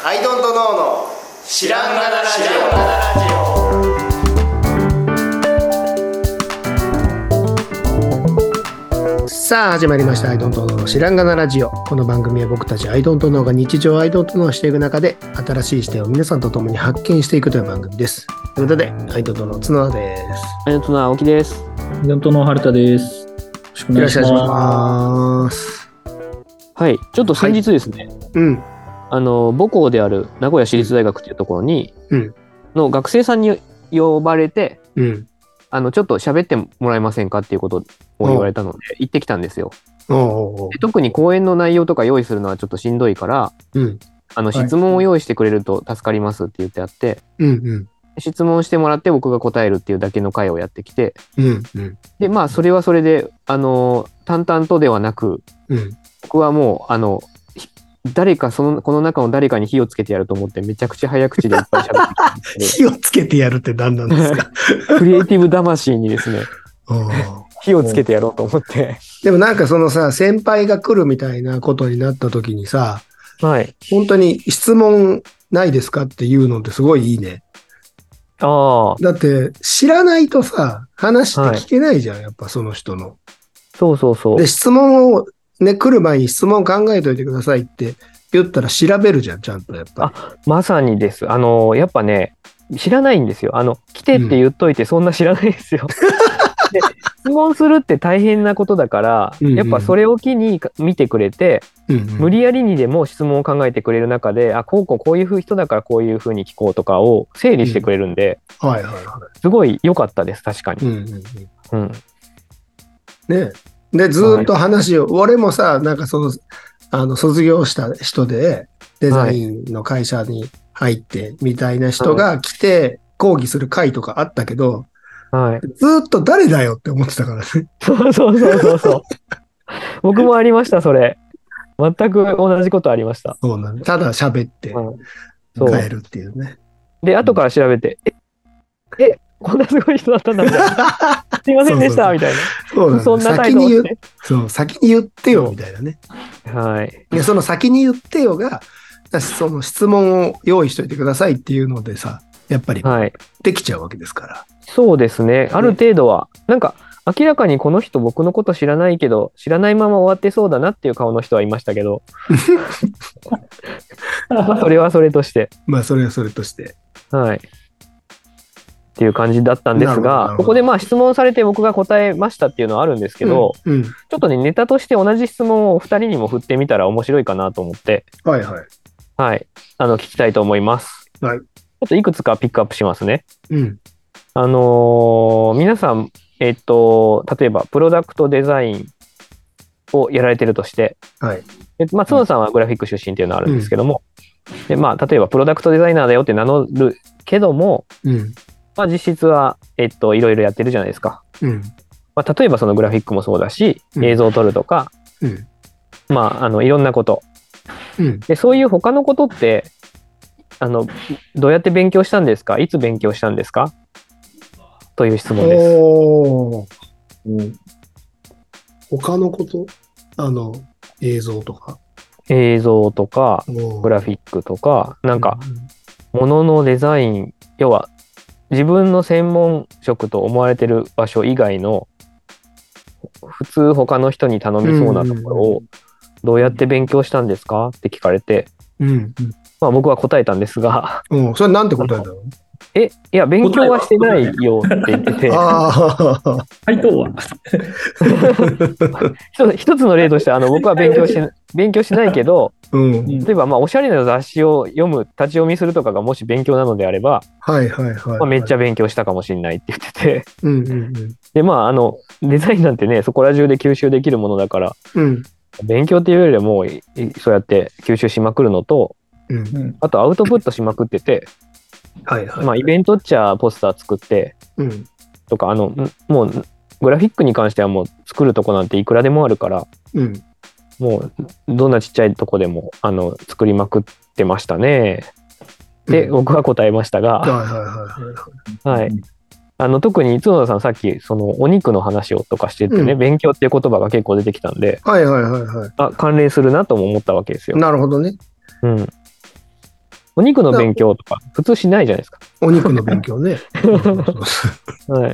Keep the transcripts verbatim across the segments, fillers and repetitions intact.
アイドントノーの知らんがなラジオ。さあ始まりましたアイドントノーの知らんがなラジオ。この番組は僕たちアイドントノーが日常アイドントノーしていく中で新しい視点を皆さんと共に発見していくという番組です。ということでアイドントノー角田です。 アイドントノー青木です。 アイドントノー春田です。よろしくお願いします。 はい、ちょっと先日ですね、はい、うんあの母校である名古屋市立大学というところに、うん、の学生さんに呼ばれて、うん、あのちょっと喋ってもらえませんかっていうことを言われたので行ってきたんですよ。で特に講演の内容とか用意するのはちょっとしんどいから、うん、あの質問を用意してくれると助かりますって言ってあって、はいうんうん、質問してもらって僕が答えるっていうだけの会をやってきて、うんうん、でまあそれはそれであの淡々とではなく、うん、僕はもうあの誰かそのこの中の誰かに火をつけてやると思ってめちゃくちゃ早口でいっぱい喋ってきたんですけど火をつけてやるって何なんですかクリエイティブ魂にですね火をつけてやろうと思ってでもなんかそのさ先輩が来るみたいなことになった時にさ、はい、本当に質問ないですかっていうのってすごいいいね。あだって知らないとさ話って聞けないじゃん、はい、やっぱその人のそうそうそうで質問をね、来る前に質問考えておいてくださいって言ったら調べるじゃんちゃんとやっぱり。 あまさにです。あのやっぱね知らないんですよ。あの来てって言っといてそんな知らないですよ、うん、で質問するって大変なことだから、うんうん、やっぱそれを機に見てくれて、うんうん、無理やりにでも質問を考えてくれる中であこうこうこういう人だからこういうふうに聞こうとかを整理してくれるんで、うんはいはいはい、すごい良かったです確かに。うんうんうんうん、 ねでずっと話を、はい、俺もさなんかそのあの卒業した人でデザインの会社に入ってみたいな人が来て講義する会とかあったけど、はい、ずっと誰だよって思ってたからね。 そうそうそうそうそう僕もありましたそれ。全く同じことありました。 そうなんただ喋って帰るっていうね。 で後から調べて、うん、ええこんなすごい人だったんだみたいなすいませんでしたみたいなそうなんそんな態度をしてそう先に言ってよみたいなね。はい。でその先に言ってよがその質問を用意しといてくださいっていうのでさやっぱりできちゃうわけですから、はい、 そうですねある程度は、ね、なんか明らかにこの人僕のこと知らないけど知らないまま終わってそうだなっていう顔の人はいましたけどまあそれはそれとしてまあそれはそれとしてはいっていう感じだったんですがここでまあ質問されて僕が答えましたっていうのはあるんですけど、うんうん、ちょっとねネタとして同じ質問をお二人にも振ってみたら面白いかなと思ってはいはいはいあの聞きたいと思います、はい、ちょっといくつかピックアップしますね、うん、あのー、皆さんえっと例えばプロダクトデザインをやられてるとして、はいでまあ、角田さんはグラフィック出身っていうのはあるんですけども、うんでまあ、例えばプロダクトデザイナーだよって名乗るけども、うんまあ、実質は、えっと、いろいろやってるじゃないですか。うんまあ、例えばそのグラフィックもそうだし、うん、映像を撮るとか、うん、まあ、あのいろんなこと、うん、でそういう他のことってあのどうやって勉強したんですかいつ勉強したんですかという質問です。お、 うん、他のことあの映像とか映像とかグラフィックとかなんか、うん、もののデザイン要は自分の専門職と思われてる場所以外の普通他の人に頼みそうなところをどうやって勉強したんですかって聞かれて、うんうん、まあ僕は答えたんですが、 うん、それなんて答えたの？ えいや勉強はしてないよって言ってて回答は一つの例としてあの僕は勉強して勉強しないけど、うん、例えばまあおしゃれな雑誌を読む立ち読みするとかがもし勉強なのであれば、はいはいはいはいまあ、めっちゃ勉強したかもしれないって言っててうんうん、うん、でまああのデザインなんてねそこら中で吸収できるものだから、うん、勉強っていうよりはもうそうやって吸収しまくるのと、うん、あとアウトプットしまくっててはいはいまあ、イベントっちゃポスター作って、うん、とかあのもうグラフィックに関してはもう作るとこなんていくらでもあるから、うん、もうどんなちっちゃいとこでもあの作りまくってましたねで、うん、僕は答えましたが、はいあの特に角田さんさっきそのお肉の話をとかしててね、うん、勉強っていう言葉が結構出てきたんで、はいはいはいはい、あ関連するなとも思ったわけですよ。 なるほどね。 うんお肉の勉強とか普通しないじゃないですか。 お肉の勉強ね。 はい。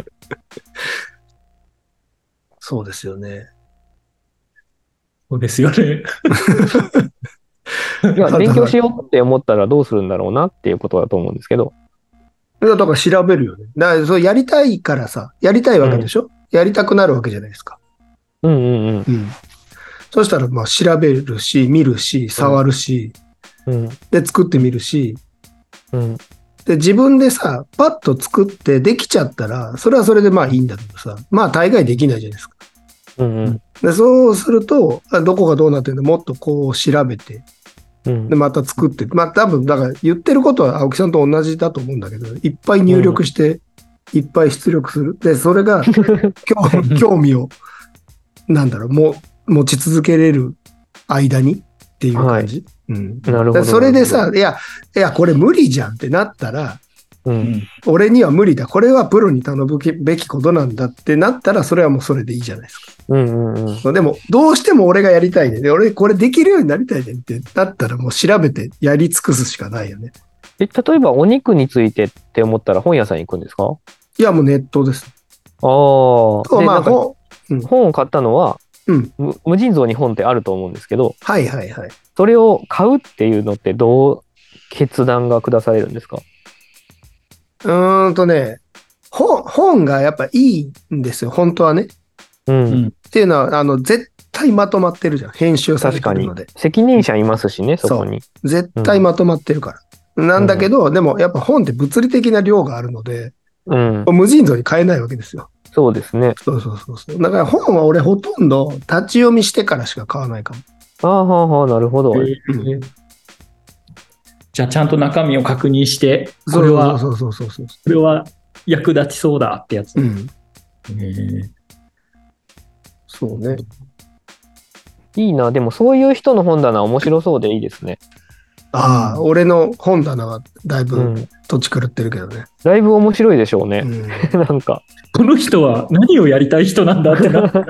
そうですよね。 そうですよね。 いや、勉強しようって思ったらどうするんだろうなっていうことだと思うんですけど。 いや、だから調べるよね。だからそうやりたいからさ、やりたいわけでしょ、うん、やりたくなるわけじゃないですか。 うんうんうん。うん、 そしたら、まあ、調べるし、見るし、触るし、うん、で、作ってみるし、うん、で、自分でさ、パッと作ってできちゃったら、それはそれでまあいいんだけどさ、まあ大概できないじゃないですか。うんうん、でそうすると、どこがどうなってるのもっとこう調べて、で、また作って、まあ多分、だから言ってることは青木さんと同じだと思うんだけど、いっぱい入力して、いっぱい出力する。で、それが興, 興味を、なんだろう、も持ち続けれる間にっていう感じ。はい、うん、なるほど。それでさ、いや、いや、これ無理じゃんってなったら、うん、俺には無理だ。これはプロに頼むべきことなんだってなったら、それはもうそれでいいじゃないですか。うんうんうん、でも、どうしても俺がやりたいね。で、俺これできるようになりたいねってなったら、もう調べてやり尽くすしかないよね。 え、例えばお肉についてって思ったら本屋さんに行くんですか？ いや、もうネットです。 ああ。まあ、本、うん、本を買ったのは、うん、無尽蔵に本ってあると思うんですけど、 はいはいはい。 それを買うっていうのってどう決断が下されるんですか？ うーんとね、本、本がやっぱいいんですよ、本当はね。うん。っていうのは、あの、絶対まとまってるじゃん。編集されてるので。 責任者いますしね、そこに。 絶対まとまってるから。うん、なんだけど、うん、でもやっぱ本って物理的な量があるので、うん、無尽蔵に買えないわけですよ。 そうですね。 そうそうそうそう。だから本は俺ほとんど立ち読みしてからしか買わないかも。 ああ、はあ、はあ、なるほど。えーうん、 じゃあちゃんと中身を確認して、これは、 そうそうそうそう。これは役立ちそうだってやつ。うん。えー、 そうね。 いいな。でもそういう人の本棚面白そうでいいですね。 ああ、うん、俺の本棚はだいぶ土地狂ってるけどね。 だいぶ面白いでしょうね。うん、なんか。 この人は何をやりたい人なんだってなった。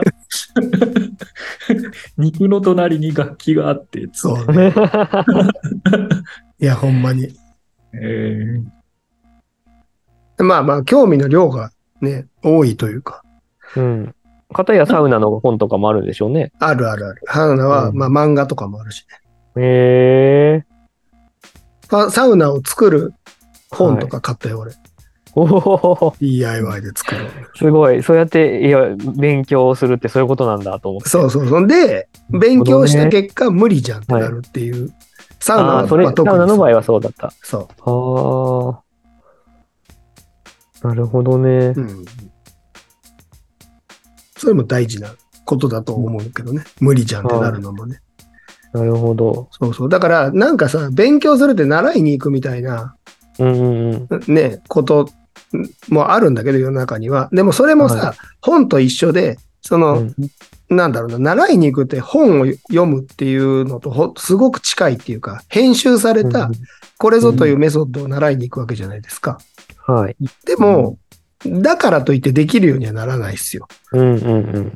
肉の隣に楽器があって。 そうね。いや、ほんまに。えー、まあまあ、興味の量がね、多いというか。 うん。片やサウナの本とかもあるでしょうね。 あるあるある。サウナは、うん、まあ漫画とかもあるしね。へえー。サウナを作る本とか買ったよ、はい、俺。 おディーアイワイ で作る。 すごい。そうやって、いや、勉強するってそういうことなんだと思って。 そうそうそう。で、勉強した結果、無理じゃんってなるっていう。はい、サウナは、 それ、サウナの場合はそうだった。 そう。 ああ。なるほどね。うん。 それも大事なことだと思うけどね。うん、無理じゃんってなるのもね。 なるほど。 そうそう。だから、なんかさ、勉強するって習いに行くみたいな、うんうんうん、ね、こともあるんだけど、世の中には。でもそれもさ、はい、本と一緒で、その、うん、なんだろうな、習いに行くって本を読むっていうのとほすごく近いっていうか、編集された、これぞというメソッドを習いに行くわけじゃないですか。 うん、はい。 でも、だからといってできるようにはならないですよ。 うんうんうん、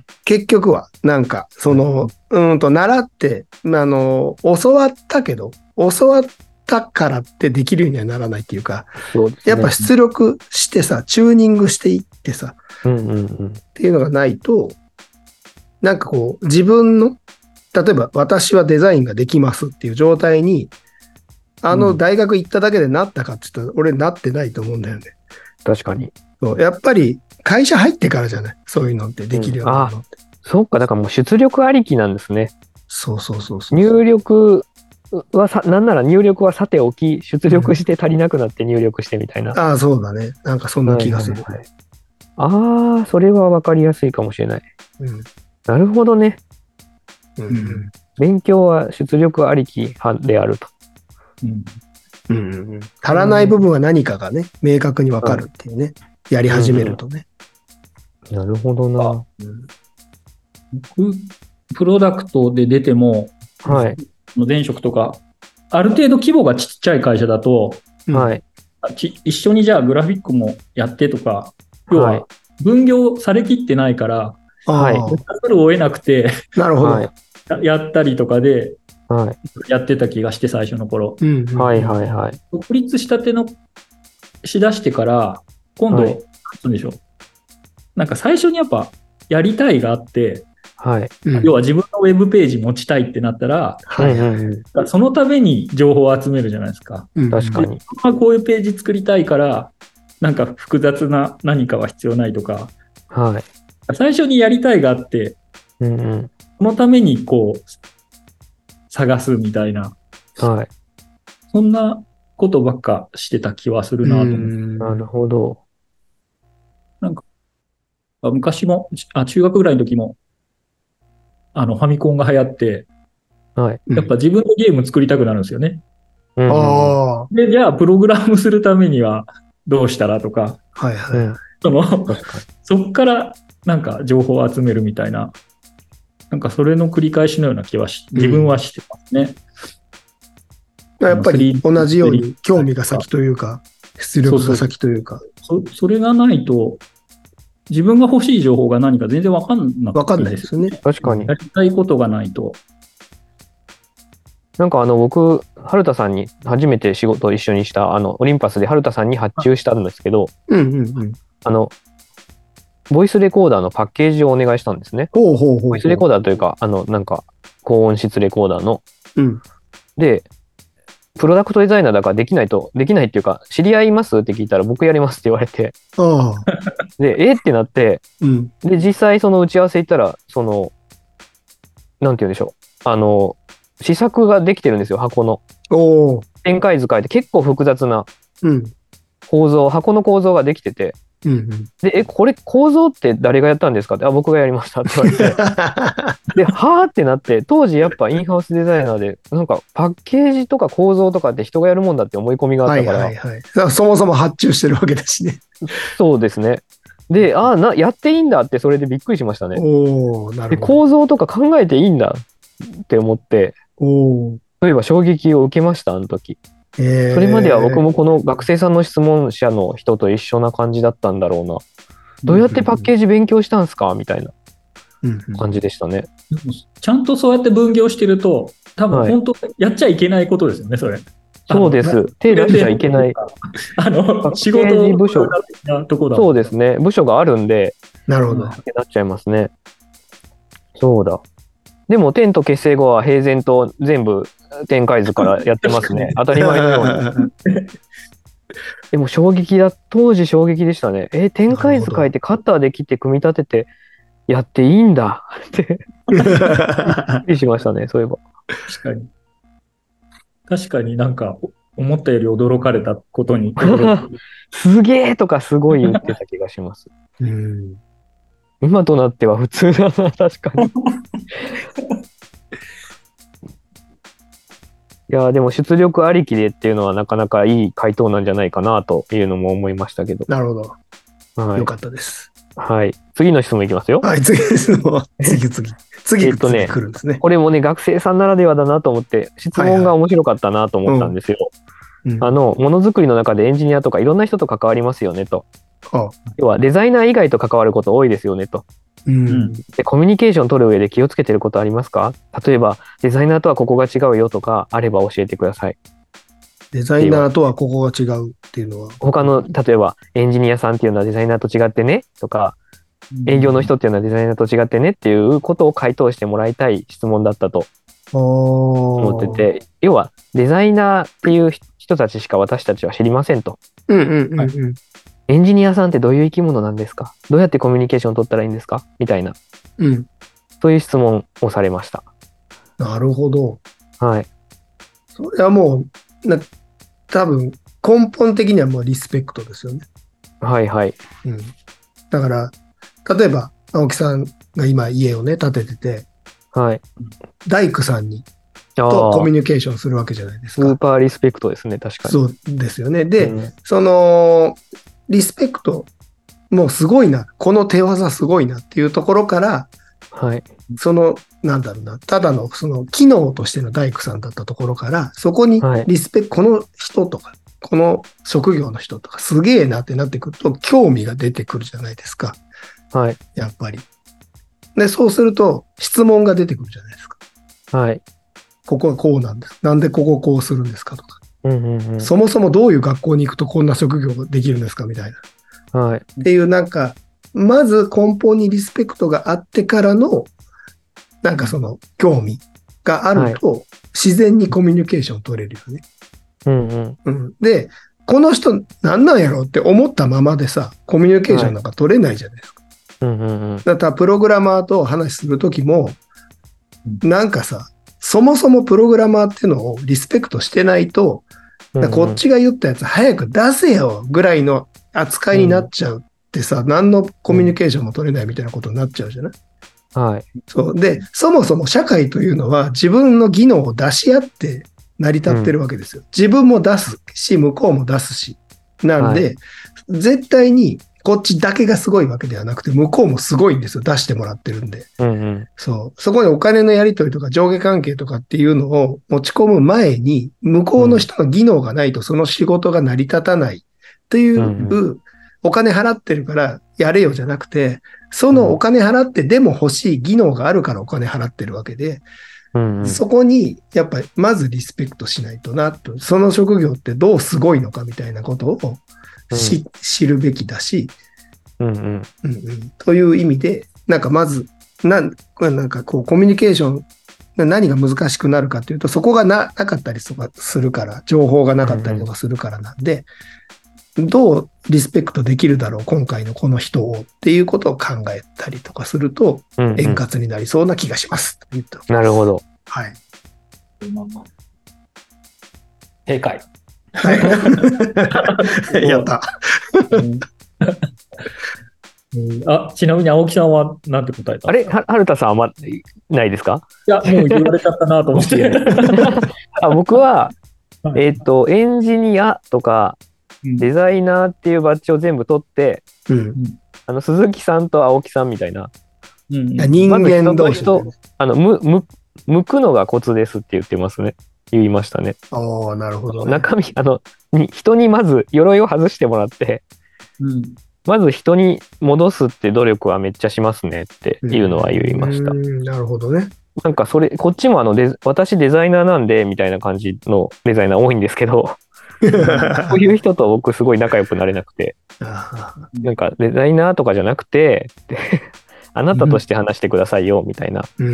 結局は、なんか、その、うんと、習って、あの、教わったけど、教わったからってできるようにはならないっていうか、そうですね、やっぱ出力してさ、チューニングしていってさ、うんうんうん、っていうのがないと、なんかこう、自分の、例えば私はデザインができますっていう状態に、あの大学行っただけでなったかって言ったら、俺なってないと思うんだよね。 確かに。 そうやっぱり会社入ってからじゃない、そういうのってできるようになるのって。 うん、あ、そっか、だからもう出力ありきなんですね。 そうそうそうそう。 入力はさ、なんなら入力はさておき、出力して足りなくなって入力してみたいな。 うん、ああ、そうだね。なんかそんな気がする。はいはいはい、 ああ、それは分かりやすいかもしれない。うん、なるほどね、うんうん。勉強は出力ありき派であると。うんうんうん、足らない部分は何かがね、明確に分かるっていうね。うんやり始めるとね。 うん、なるほどな。 僕、プロダクトで出ても、はい、前職とか、ある程度規模がちっちゃい会社だと、はい、一緒にじゃあグラフィックもやってとか、要は分業されきってないから、はい、やらざるを得なくて、 なるほど。 やったりとかで、 はい、 やってた気がして、最初の頃。 うん、はいはいはい。 独立したてのしだしてから、今度、はい、なんでしょう。なんか最初にやっぱやりたいがあって、 はい、 要は自分のウェブページ持ちたいってなったら、 はいはい、 そのために情報を集めるじゃないですか。 確かに。 こういうページ作りたいから、なんか複雑な何かは必要ないとか、 はい、 最初にやりたいがあって、 うんうん、 そのためにこう探すみたいな、 はい、 そんなことばっかしてた気はするなと思って。 なるほど。 なんか昔もあ中学ぐらいの時もあのファミコンが流行って、 はい、 やっぱ自分でゲーム作りたくなるんですよね。 うんうんうん、 でじゃあプログラムするためにはどうしたらとか、 はいはい、 そのそっからなんか情報を集めるみたいな、なんかそれの繰り返しのような気はし自分はしてますね。 うん、やっぱり同じように興味が先というか出力が先というか、 そうそう そ, それがないと自分が欲しい情報が何か全然分かんなくていいですよね。 確かに。 やりたいことがないと。 なんかあの僕、春田さんに初めて仕事を一緒にしたあのオリンパスで春田さんに発注したんですけど、 うんうんうん、 あのボイスレコーダーのパッケージをお願いしたんですね。 ほうほうほうほう、 ボイスレコーダーというか、あのなんか高音質レコーダーの。 うん、で、 プロダクトデザイナーだからできないと、できないっていうか、知り合いますって聞いたら僕やりますって言われて、 あで、えってなって、うん、で、実際その打ち合わせ行ったら、その、なんて言うんでしょう、あの、試作ができてるんですよ、箱の。 お展開図書いて結構複雑な構造、うん、箱の構造ができてて、 うんうん、 で、え、これ構造って誰がやったんですかって、あ、僕がやりましたって言われて、で、はーってなって、当時やっぱインハウスデザイナーで、なんかパッケージとか構造とかって人がやるもんだって思い込みがあったから、 はいはいはい、そもそも発注してるわけだしね。 そうですね。で、あな、やっていいんだってそれでびっくりしましたね。 おー、なるほど。 で、構造とか考えていいんだって思って、 おー、 そういえば衝撃を受けました、あの時。えー、それまでは僕もこの学生さんの質問者の人と一緒な感じだったんだろうな。どうやってパッケージ勉強したんすかみたいな感じでしたね。 ちゃんとそうやって分業してると、多分本当やっちゃいけないことですよね、はい、それ。 そうです。手出しちゃいけない。 あの、仕事部署なとこだ。そうですね。部署があるんで、 なるほど。 なっちゃいますね。そうだ。でも、テント結成後は平然と全部展開図からやってますね。当たり前のように。でも衝撃だ、当時衝撃でしたね。え、展開図書いてカッターで切って組み立ててやっていいんだってびっくりしましたね、そういえば。 確かに。確かになんか思ったより驚かれたことに。 すげえとかすごい言ってた気がします。 うん、 今となっては普通だな、確かに。いやでも出力ありきでっていうのはなかなかいい回答なんじゃないかなというのも思いましたけど。 なるほど。はい、よかったです。 はい。次の質問いきますよ。 はい、次の質問。次次。次、 えっとね、 来るんですね。 これもね、学生さんならではだなと思って、質問が面白かったなと思ったんですよ。はいはい、うん、あの、ものづくりの中でエンジニアとかいろんな人と関わりますよねと。 ああ要はデザイナー以外と関わること多いですよねと。 うん、 でコミュニケーション取る上で気をつけてることありますか？例えばデザイナーとはここが違うよとかあれば教えてください。 デザイナーとはここが違うっていうのは他の例えばエンジニアさんっていうのはデザイナーと違ってねとか、営業の人っていうのはデザイナーと違ってねっていうことを回答してもらいたい質問だったと思ってて、要はデザイナーっていう人たちしか私たちは知りませんと。 うんうんうんうん、 エンジニアさんってどういう生き物なんですか？どうやってコミュニケーションを取ったらいいんですか？みたいな、 うん、 そういう質問をされました。 なるほど。 はい。 それはもうな多分根本的にはもうリスペクトですよね。 はいはい。 うん、だから例えば青木さんが今家をね建ててて、 はい、 大工さんにとコミュニケーションするわけじゃないですか。 スーパーリスペクトですね、確かに。 そうですよね。で、 うん、 そのリスペクトもうすごいな、この手技すごいなっていうところから、 はい、 そのなんだろうな、ただのその機能としての大工さんだったところから、そこにリスペクト、はい、この人とかこの職業の人とかすげえなってなってくると興味が出てくるじゃないですか。 はい、 やっぱり。で、そうすると質問が出てくるじゃないですか。 はい。 ここはこうなんです。なんでこここうするんですかとか。 うんうんうん、 そもそもどういう学校に行くとこんな職業ができるんですかみたいな。はい。 っていうなんか、まず根本にリスペクトがあってからの、なんかその興味があると、はい、自然にコミュニケーション取れるよね。 うんうんうん、で、この人何なんやろって思ったままでさ、コミュニケーションなんか取れないじゃないですか。 はい、うんうんうん、 だからプログラマーと話するときも、なんかさ、そもそもプログラマーっていうのをリスペクトしてないと、うんうん、こっちが言ったやつ早く出せよぐらいの扱いになっちゃうってさ、うん、何のコミュニケーションも取れないみたいなことになっちゃうじゃない、 はい。 そうで、そもそも社会というのは自分の技能を出し合って成り立ってるわけですよ。うん、自分も出すし、向こうも出すし。なんで、はい、絶対にこっちだけがすごいわけではなくて、向こうもすごいんですよ。出してもらってるんで。 うんうん、 そう。そこにお金のやり取りとか上下関係とかっていうのを持ち込む前に、向こうの人の技能がないとその仕事が成り立たないっていう、うんうん、お金払ってるからやれよじゃなくて、そのお金払ってでも欲しい技能があるからお金払ってるわけで、うんうん、そこにやっぱりまずリスペクトしないとなと、その職業ってどうすごいのかみたいなことをし、うん、知るべきだし、 うんうんうんうん、という意味で、なんかまず、な、なんかこうコミュニケーション、何が難しくなるかというと、そこが な, なかったりとかするから、情報がなかったりとかするからなんで、うんうん、どうリスペクトできるだろう、今回のこの人をっていうことを考えたりとかすると、うんうん、円滑になりそうな気がします。言ってます。 なるほど。 はい。 正解。 はい。やった。 あ、ちなみに青木さんは何て答えた？ あれ、は春田さんは、ま、ないですか？ いや、もう言われちゃったなと思って。 あ、僕は、えっと、エンジニアとか、デザイナーっていうバッジを全部取って、うん、あの鈴木さんと青木さんみたいな。 うん、人間同士、ね、 あのむむ向くのがコツですって言ってますね。言いましたね。 ああ、なるほど、ね。 中身、あの、に人にまず鎧を外してもらって、うん、まず人に戻すって努力はめっちゃしますねっていうのは言いました。 うん、なるほどね。 なんかそれ、こっちもあのデ、私デザイナーなんでみたいな感じのデザイナー多いんですけど、そういう人と僕すごい仲良くなれなくて、なんかデザイナーとかじゃなくて、あなたとして話してくださいよみたいな、うん、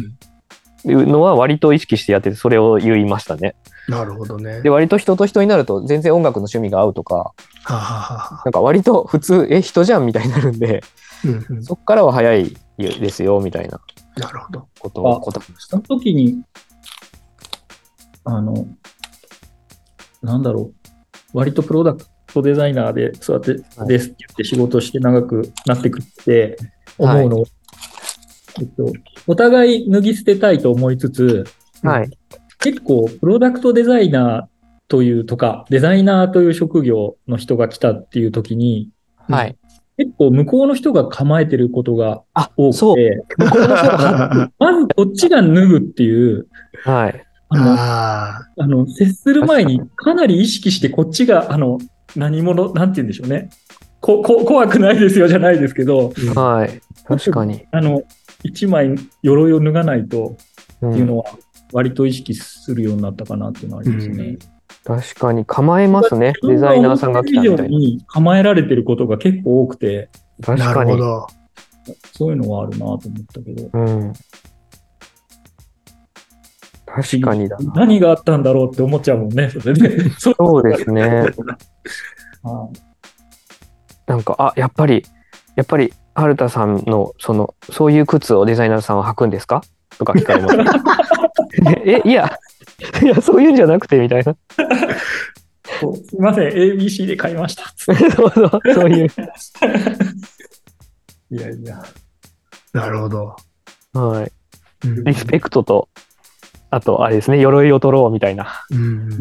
いうのは割と意識してやってて、それを言いましたね。 なるほどね。 で、割と人と人になると全然音楽の趣味が合うとか、なんか割と普通、え、人じゃんみたいになるんで、うんうん、そっからは早いですよみたいなことを答えました。 その時に、あの、なんだろう、割とプロダクトデザイナーでそうやってですって言って仕事して長くなってくって思うのを、はい、えっと、お互い脱ぎ捨てたいと思いつつ、 はい、 結構プロダクトデザイナーというとかデザイナーという職業の人が来たっていう時に、 はい、 結構向こうの人が構えてることが多くて、向こうの人がまずこっちが脱ぐっていう、 はい、 あの、ああの、接する前にかなり意識してこっちが、あの、何者、なんて言うんでしょうね。こ、こ、怖くないですよじゃないですけど。 はい。確かに。 あの、一枚鎧を脱がないとっていうのは割と意識するようになったかなっていうのはありますね。 うん確かに構えますね。デザイナーさんが来たみたいな。に構えられてることが結構多くて。 確かに。 そういうのはあるなと思ったけど。 うん。確かにだな。 何があったんだろうって思っちゃうもんね。それでそうですね。なんか、あ、やっぱり、やっぱり、春田さんの、その、そういう靴をデザイナーさんは履くんですかとか聞かれます。え、いや、いや、そういうんじゃなくて、みたいな。 すいません、エービーシー で買いました。 そうそう、そういう。 いやいや。 なるほど。 はい。リスペクトと、あと、あれですね、鎧を取ろうみたいな。 うん、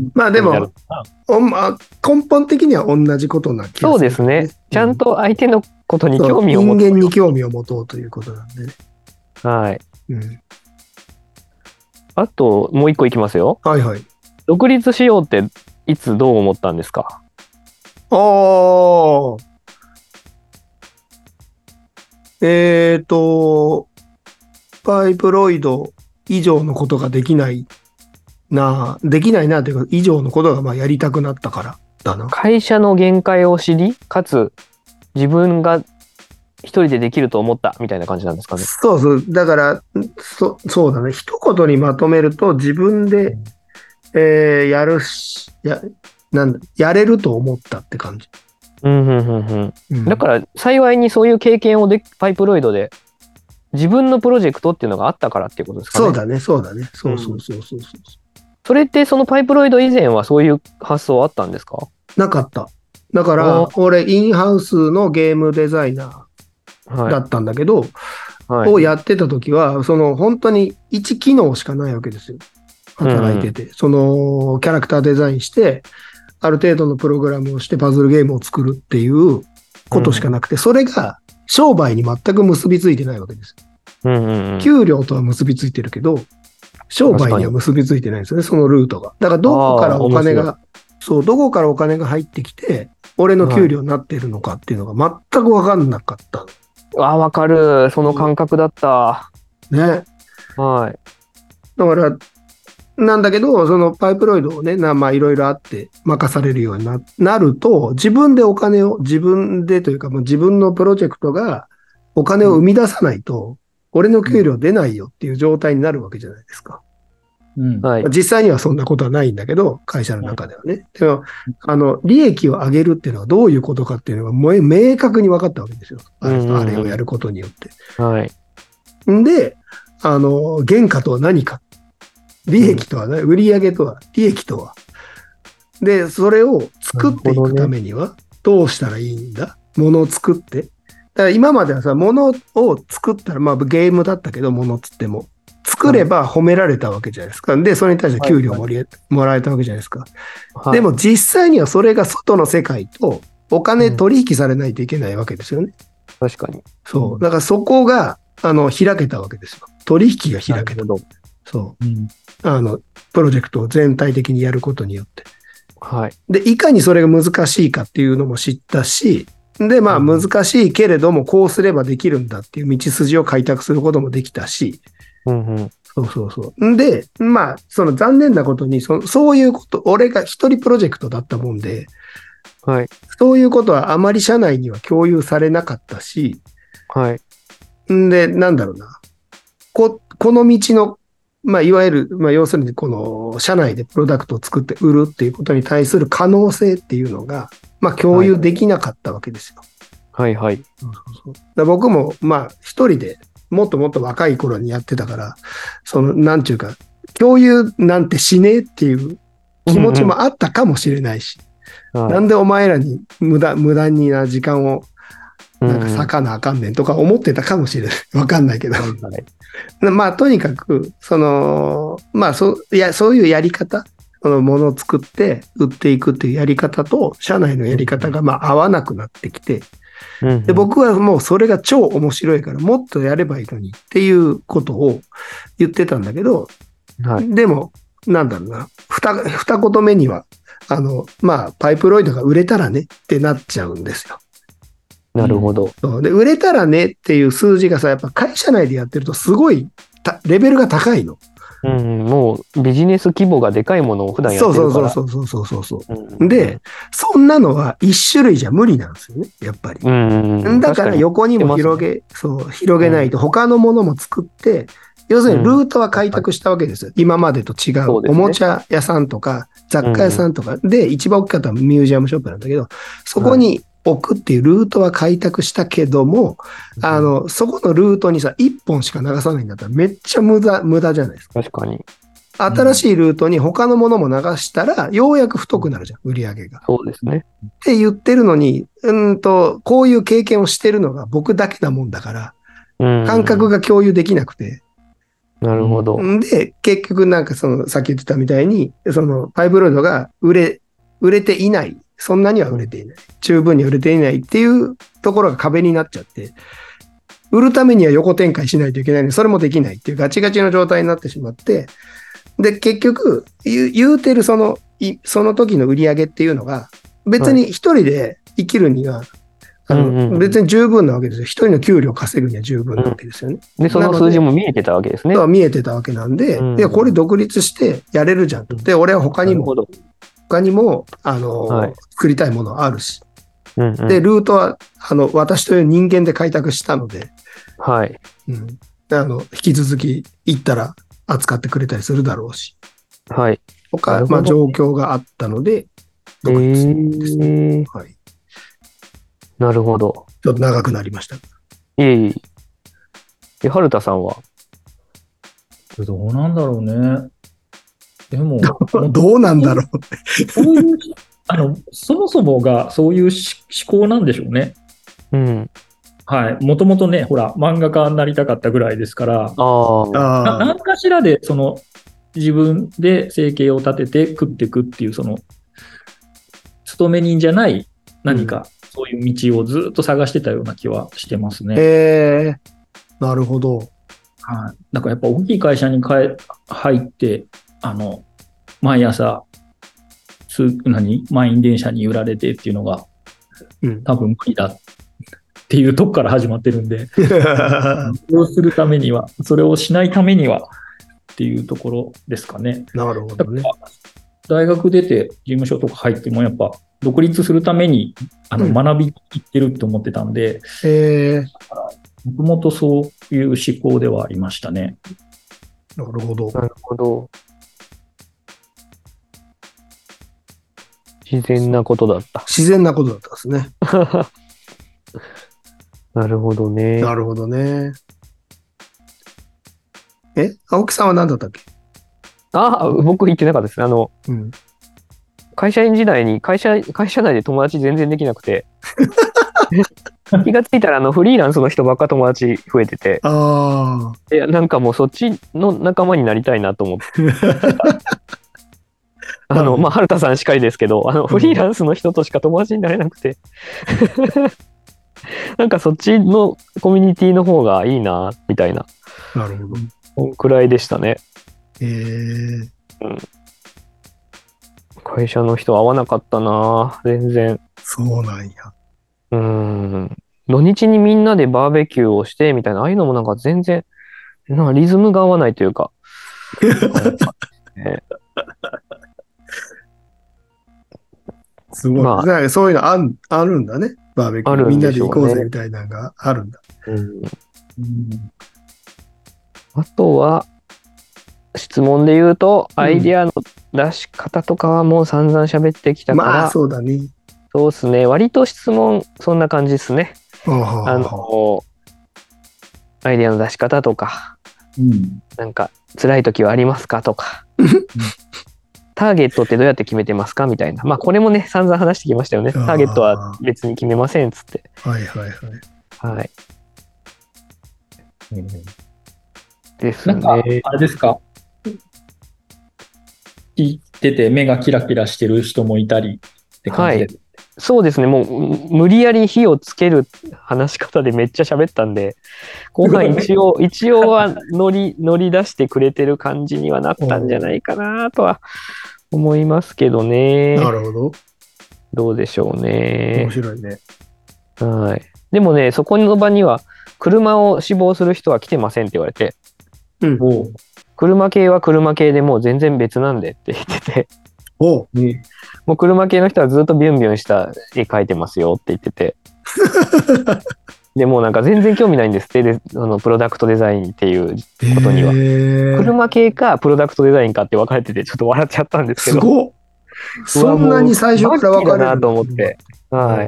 まあでも、おまあ、根本的には同じことな気がする、ね。 そうですね。ちゃんと相手のことに興味を持とう。人間に興味を持とうということなんでね。 はい。 うん、 あと、もう一個いきますよ。 はいはい。 独立しようっていつどう思ったんですか？ ああ。えっと、パイプロイド以上のことができないな、できないなというか、以上のことがまあやりたくなったからだな。 会社の限界を知り、かつ自分が一人でできると思ったみたいな感じなんですかね。 そうそう。だから、そ、そうだね。一言にまとめると、自分で、えー、やるし、や、なんだ、やれると思ったって感じ。 うんうんうんうんうん、だから幸いにそういう経験をでパイプロイドで自分のプロジェクトっていうのがあったからっていうことですかね。 そうだね、そうだね。そうそうそうそうそう、うん。 それってそのパイプロイド以前はそういう発想あったんですか？ なかった。だから俺インハウスのゲームデザイナーだったんだけど、はい、をやってた時はその本当にいち機能しかないわけですよ。働いてて、うん、そのキャラクターデザインしてある程度のプログラムをしてパズルゲームを作るっていうことしかなくて、うん、それが商売に全く結びついてないわけです。 うんうんうん、 給料とは結びついてるけど商売には結びついてないんですよね、そのルートが。だからどこからお金がそうどこからお金が入ってきて俺の給料になっているのかっていうのが全く分かんなかった。 はい、あ、分かる、その感覚だった。 ね。 はい。 だからなんだけど、そのパイプロイドをね、まあいろいろあって任されるように な, なると、自分でお金を、自分でというか、もう自分のプロジェクトがお金を生み出さないと、うん、俺の給料出ないよっていう状態になるわけじゃないですか。 うんはい、 実際にはそんなことはないんだけど、会社の中ではね。でも、あの、利益を上げるっていうのはどういうことかっていうのがもう明確に分かったわけですよ。あれ、うんうんうん、あれをやることによって。 はい。 んで、あの、原価とは何か。利益とはね、売上とは、利益とは。で、それを作っていくためには、どうしたらいいんだ？物を作って。だから今まではさ、物を作ったら、まあゲームだったけど、物っつっても。作れば褒められたわけじゃないですか。で、それに対して給料もり、はいはい、もらえたわけじゃないですか。はい、でも実際にはそれが外の世界とお金取引されないといけないわけですよね。 うん、確かに。 そう。だからそこが、あの、開けたわけですよ。取引が開けた。そう、うん。あの、プロジェクトを全体的にやることによって。 はい。 で、いかにそれが難しいかっていうのも知ったし、で、まあ難しいけれども、こうすればできるんだっていう道筋を開拓することもできたし、 うんうん、 そうそうそう。で、まあ、その残念なことにそ、そういうこと、俺が一人プロジェクトだったもんで、 はい。 そういうことはあまり社内には共有されなかったし、 はい。 んで、なんだろうな。こ、この道のまあ、いわゆる、まあ、要するに、この、社内でプロダクトを作って売るっていうことに対する可能性っていうのが、まあ、共有できなかったわけですよ。 はい、はい。 そうそうそう。僕も、まあ、一人でもっともっと若い頃にやってたから、その、なんちゅうか、共有なんてしねえっていう気持ちもあったかもしれないし、うんうん、なんでお前らに無駄、無駄にな時間を、なんか割かなあかんねんとか思ってたかもしれない。わかんないけど。はい、まあ、とにかく、その、まあ、そ、いや、そういうやり方、そのものを作って売っていくっていうやり方と、社内のやり方がまあ合わなくなってきて、うんうん、で、僕はもうそれが超面白いから、もっとやればいいのにっていうことを言ってたんだけど、はい、でも、なんだろうな、二、二言目には、あの、まあ、パイプロイドが売れたらねってなっちゃうんですよ。 なるほど。 そうで、売れたらねっていう数字がさ、やっぱ会社内でやってるとすごいレベルが高いの。 うん、もうビジネス規模がでかいものを普段やってるから。 そうそうそうそうそうそう、うん、で、そんなのは一種類じゃ無理なんですよね、やっぱり。うんうん、だから横にも広げ、そう、広げないと他のものも作って、要するにルートは開拓したわけですよ。うん、今までと違う。おもちゃ屋さんとか雑貨屋さんとかで、一番大きかったのはミュージアムショップなんだけど、そこに置くっていうルートは開拓したけども、あの、そこのルートにさ、一本しか流さないんだったらめっちゃ無駄、無駄じゃないですか。 確かに。 新しいルートに他のものも流したら、ようやく太くなるじゃん、売り上げが。 そうですね。 って言ってるのに、うんと、こういう経験をしてるのが僕だけなもんだから、感覚が共有できなくて。 なるほど。 で、結局なんかその、さっき言ってたみたいに、その、パイプロイドが売れ、売れていない。そんなには売れていない。十分に売れていないっていうところが壁になっちゃって、売るためには横展開しないといけないのに、それもできないっていうガチガチの状態になってしまって、で、結局、言う、言うてるその、その時の売り上げっていうのが、別に一人で生きるには、 あの、うんうん、別に十分なわけですよ。一人の給料稼ぐには十分なわけですよね。 うん、で、その数字も見えてたわけですね。 見えてたわけなんで、うん、で、これ独立してやれるじゃんと。で、俺は他にも、他にも、あの、はい、作りたいものあるし。うんうん、で、ルートは、あの、私という人間で開拓したので、 はい。 うん。あの、引き続き行ったら扱ってくれたりするだろうし。 はい。 他、まあ、状況があったので、独立ですね。えー、はい。 なるほど。 ちょっと長くなりました。いえいえ。で、春田さんはどうなんだろうね。でも、 どうなんだろう。 そういう、あの、そもそもがそういう思考なんでしょうね。 うん。 はい。もともとね、ほら、漫画家になりたかったぐらいですから、 あな何かしらで、その、自分で生計を立てて食っていくっていう、その、勤め人じゃない何か、そういう道をずっと探してたような気はしてますね。 へえー、なるほど。 はい。だからやっぱ大きい会社に入って、あの、毎朝、何満員電車に揺られてっていうのが、うん、多分無理だっていうとこから始まってるんで、それをするためには、それをしないためにはっていうところですかね。 なるほどね。 大学出て事務所とか入ってもやっぱ独立するためにあの学びに行ってるって思ってたんで、もともとそういう思考ではありましたね。 なるほど。 なるほど。自然なことだった。 自然なことだったですね。 なるほどね。 なるほどね。え、青木さんは何だったっけ？ ああ、僕言ってなかったですね。あの、うん、会社員時代に会社、会社内で友達全然できなくて、気がついたらあのフリーランスの人ばっか友達増えてて、 あいやなんかもうそっちの仲間になりたいなと思って。あの、まあ、春田さんしかりですけど、あの、フリーランスの人としか友達になれなくて。なんかそっちのコミュニティの方がいいな、みたいな。 なるほど。 こんくらいでしたね。 へえー。 うん。会社の人合わなかったな、全然。 そうなんや。 うん。土日にみんなでバーベキューをして、みたいな、ああいうのもなんか全然、なんかリズムが合わないというか。ね、 すごい。まあ、そういうの あ, あるんだね。バーベキュー。みんなで行こうぜみたいなのがあるんだ。 うんうん、あとは、質問で言うと、アイディアの出し方とかはもう散々喋ってきたから、 まあ、そうだね。 そうですね。割と質問、そんな感じですね。あの、アイディアの出し方とか、うん、なんか、辛い時はありますかとか。ターゲットってどうやって決めてますかみたいな。まあこれもね、散々話してきましたよね。ターゲットは別に決めませんっつって。 はいはいはい。 はい。 うん、ですね。なんか、あれですか。聞いてて目がキラキラしてる人もいたりって感じで。はい。 そうですね。もう無理やり火をつける話し方でめっちゃ喋ったんで、後半一応、一応は乗り、乗り出してくれてる感じにはなったんじゃないかなとは思いますけどね。 なるほど。 どうでしょうね。 面白いね。 はい。でもね、そこの場には、車を志望する人は来てませんって言われて、 うん、 お車系は車系でもう全然別なんでって言ってて、 おね、もう車系の人はずっとビュンビュンした絵描いてますよって言ってて、でもうなんか全然興味ないんですって、であのプロダクトデザインっていうことには。車系かプロダクトデザインかって分かれててちょっと笑っちゃったんですけど。 すごっ。そんなに最初から分かれるなと思って。はい。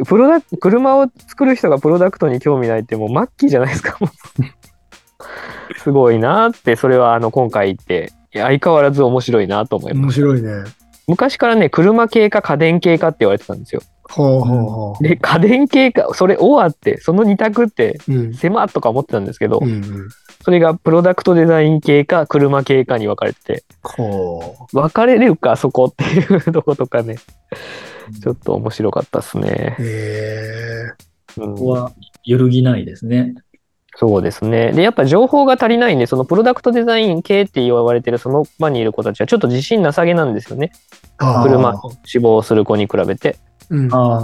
プロダ車を作る人がプロダクトに興味ないってもう末期じゃないですか。すごいなって、それはあの今回言って相変わらず面白いなと思います。 面白いね。 昔からね、車系か家電系かって言われてたんですよ。 ほうほうほう。 で、家電系か、それオアって、その二択って、狭っとか思ってたんですけど、うんうんうん、それがプロダクトデザイン系か車系かに分かれてて、 ほう分かれるか、そこっていうとことかね、ちょっと面白かったですね。 へー。ここは揺るぎないですね。 そうですね。で、やっぱ情報が足りないんで、そのプロダクトデザイン系って言われてるその場にいる子たちはちょっと自信なさげなんですよね。車志望する子に比べて。 うん、 あ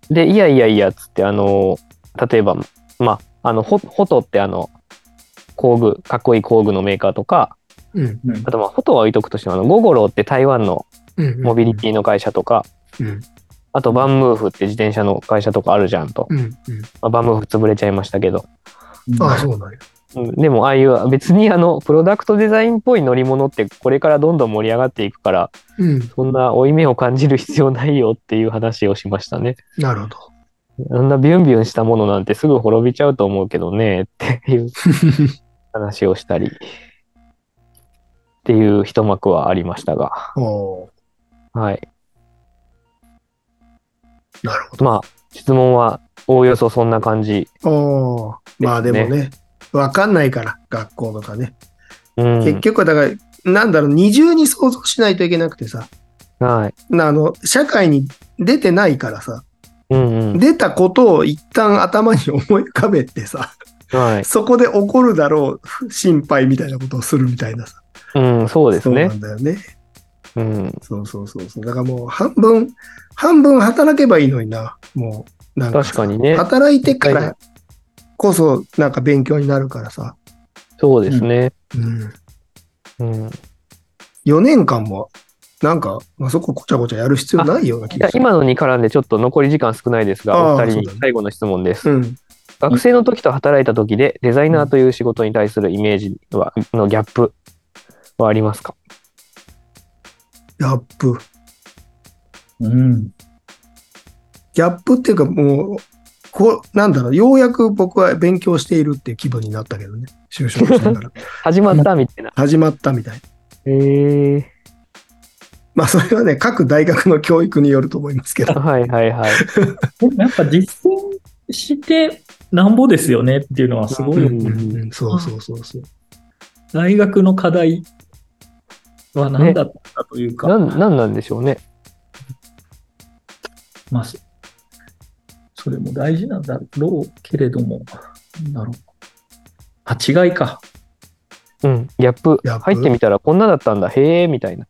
で、いやいやいやっつって、あの、例えば、まあ、あの、フォ、フォトってあの、工具、かっこいい工具のメーカーとか、 うん、 あとまあ、フォトは置いとくとしても、あの、ゴゴロって台湾のモビリティの会社とか、 うん、 あとバンムーフって自転車の会社とかあるじゃんと。 うん、うん。 まあ、バンムーフ潰れちゃいましたけど。 ああ、そうなんや。 うん、でもああいう別にあのプロダクトデザインっぽい乗り物ってこれからどんどん盛り上がっていくから、 うん、 そんな負い目を感じる必要ないよっていう話をしましたね。 なるほど。 あんなビュンビュンしたものなんてすぐ滅びちゃうと思うけどねっていう話をしたりっていう一幕はありましたが、 おはい。 なるほど。 まあ質問はおおよそそんな感じ、 おお、まあでもね、わかんないから学校とかね。 うん、 結局だからなんだろう、二重に想像しないといけなくてさ、 はい、 あの社会に出てないからさ、 うんうん、 出たことを一旦頭に思い浮かべてさ、 はい、 そこで起こるだろう心配みたいなことをするみたいなさ。 うん、そうですね。 そうなんだよね。 うん、 そうそうそうそう。だからもう半分、半分働けばいいのにな。もう、なんか確かにね。 働いてからこそなんか勉強になるからさ。 そうですね。 うん。 うん、 よねんかんも、なんか、まあ、そここちゃこちゃやる必要ないような気がする。 今のに絡んでちょっと残り時間少ないですが、お二人に最後の質問です。 うん、 学生の時と働いた時でデザイナーという仕事に対するイメージはのギャップはありますか？ ギャップ。 うん。 ギャップっていうかもう、こう、なんだろう、ようやく僕は勉強しているっていう気分になったけどね。就職しながら。 始まったみたいな。 始まったみたいな。 へえー。 まあそれはね、各大学の教育によると思いますけど。 はいはいはい。 やっぱ実践してなんぼですよねっていうのはすごい、 うんうんうん、そうそうそうそう。 大学の課題は何だったというか。 ね、なん、なんなんでしょうね。 まあ、それも大事なんだろうけれども、なんだろう。あ、違いか。 うん、ギャップ。入ってみたらこんなだったんだ、へえ、みたいな。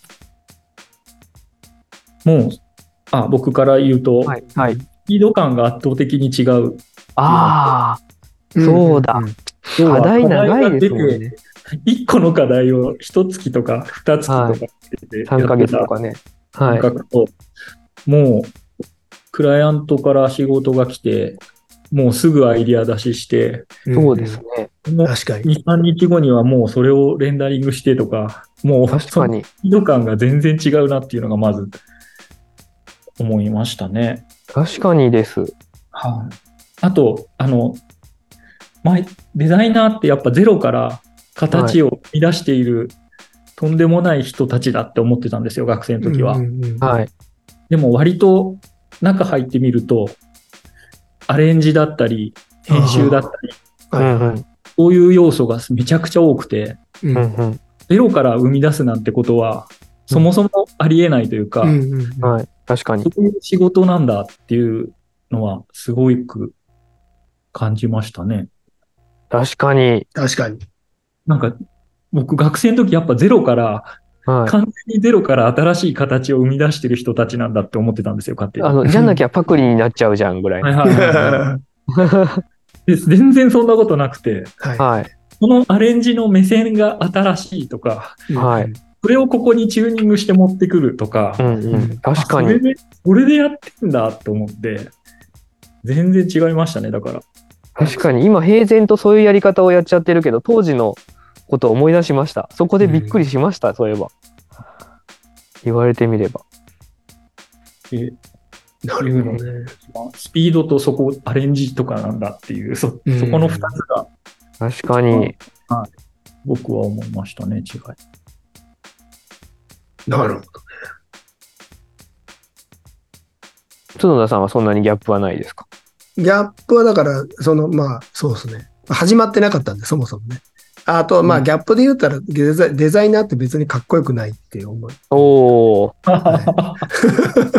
もう、あ、僕から言うと、 はいはい、 スピード感が圧倒的に違う。 ああ、そうだ。うんうん、課題長いですもんね。 いっこの課題をいちがつとかにがつとか、はい、 さんかげつとかね。はい。 もう、クライアントから仕事が来て、もうすぐアイディア出しして、 そうですね。 確かに。 に、さんにちごにはもうそれをレンダリングしてとか、もう確かに。 スピード感が全然違うなっていうのがまず思いましたね。 確かにです。 はい。あと、あの、まあ、デザイナーってやっぱゼロから形を生み出している、はい、とんでもない人たちだって思ってたんですよ、学生の時は。 うんうんうん、 はい。 でも割と中入ってみると、アレンジだったり、編集だったり、 はいはい、 そういう要素がめちゃくちゃ多くて、 うんうん、 ゼロから生み出すなんてことは、そもそもありえないというか、 うんうんうん、はい、確かに。 そういう仕事なんだっていうのは、すごく感じましたね。 確かに。 確かに。 なんか、僕、学生の時やっぱゼロから、はい、完全にゼロから新しい形を生み出してる人たちなんだって思ってたんですよ、勝手に。 あの、じゃなきゃパクリになっちゃうじゃんぐらい。はいはいはい全然そんなことなくて、 はい、 このアレンジの目線が新しいとか、 はい、 それをここにチューニングして持ってくるとか、 うんうん、確かに。 それで、それでやってんだと思って、全然違いましたね、だから。 確かに、今平然とそういうやり方をやっちゃってるけど、当時のことを思い出しました。そこでびっくりしました、うん、そういえば。言われてみれば。 えなるほどね。スピードとそこアレンジとかなんだっていう、そ, そこのふたつが。 確かに、 はい。僕は思いましたね、違い。 なるほどね。 角田さんはそんなにギャップはないですか？ ギャップはだから、その、まあ、そうですね。始まってなかったんで、そもそもね。あと、まあ、ギャップで言ったらデザイ、デザイナーって別にかっこよくないって思う。 おお、はい、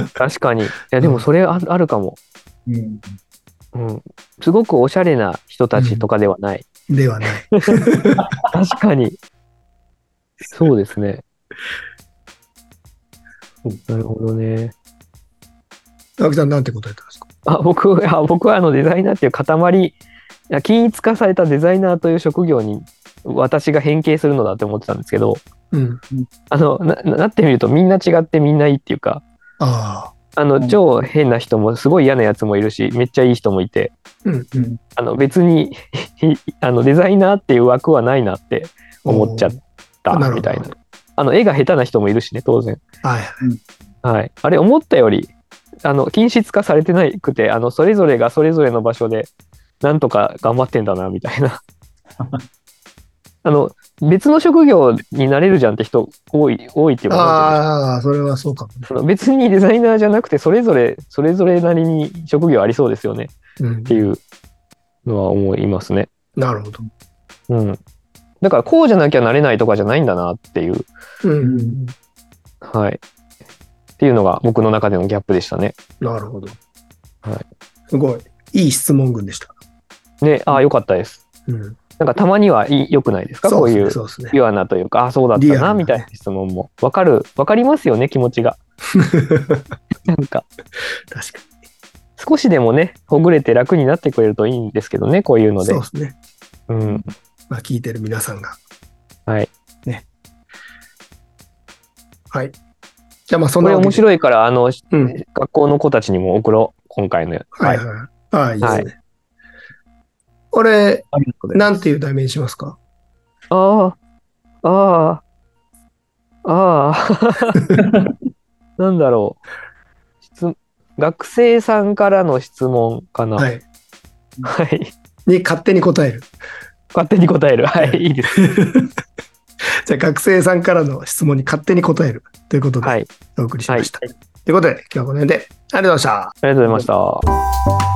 確かに。いや、でもそれある、あるかも、うんうん。すごくおしゃれな人たちとかではない。 うん、ではない。 確かに。そうですね。なるほどね。 青木さんなんて答えたんですか？ あ僕あ僕はあのデザイナーっていう塊、いや均一化されたデザイナーという職業に私が変形するのだって思ってたんですけど、 うん、 あの な, なってみるとみんな違ってみんないいっていうか、 ああの超変な人もすごい嫌なやつもいるし、めっちゃいい人もいて、 うんうん、 あの別にあのデザイナーっていう枠はないなって思っちゃったみたいな。あの絵が下手な人もいるしね、当然。 はいはい、あれ思ったよりあの均質化されてなくて、あのそれぞれがそれぞれの場所でなんとか頑張ってんだなみたいなあの別の職業になれるじゃんって人多い多いっていうか、 ああそれはそうかも、ね、 その別にデザイナーじゃなくてそれぞれそれぞれなりに職業ありそうですよね、うん、っていうのは思いますね。 なるほど。 うん。だからこうじゃなきゃなれないとかじゃないんだなっていう、 うん、 はい。っていうのが僕の中でのギャップでしたね。 なるほど。 はい。 すごいいい質問群でした。 ね、ああよかったです。うん。なんかたまにはいい良くないですか、こういうピュアなというか、あそうだったなみたいな質問もわかるわかりますよね、気持ちが。なんか確かに少しでもねほぐれて楽になってくれるといいんですけどね、こういうので。 そうですね。 うん。 まあ聞いてる皆さんがはいね。はい。じゃあまあそんなこれ面白いからあの、 うん、 学校の子たちにも送ろう今回の。 はいはい。ああいいですね。はい、これなんていう題名にしますか？ ああああああなんだろう。学生さんからの質問かな。 はい。 はい。 に勝手に答える。 勝手に答える。はい、はい、いいです。 じゃあ学生さんからの質問に勝手に答えるということでお送りしました。はいはい、ということで今日はこの辺でありがとうございました。 ありがとうございました。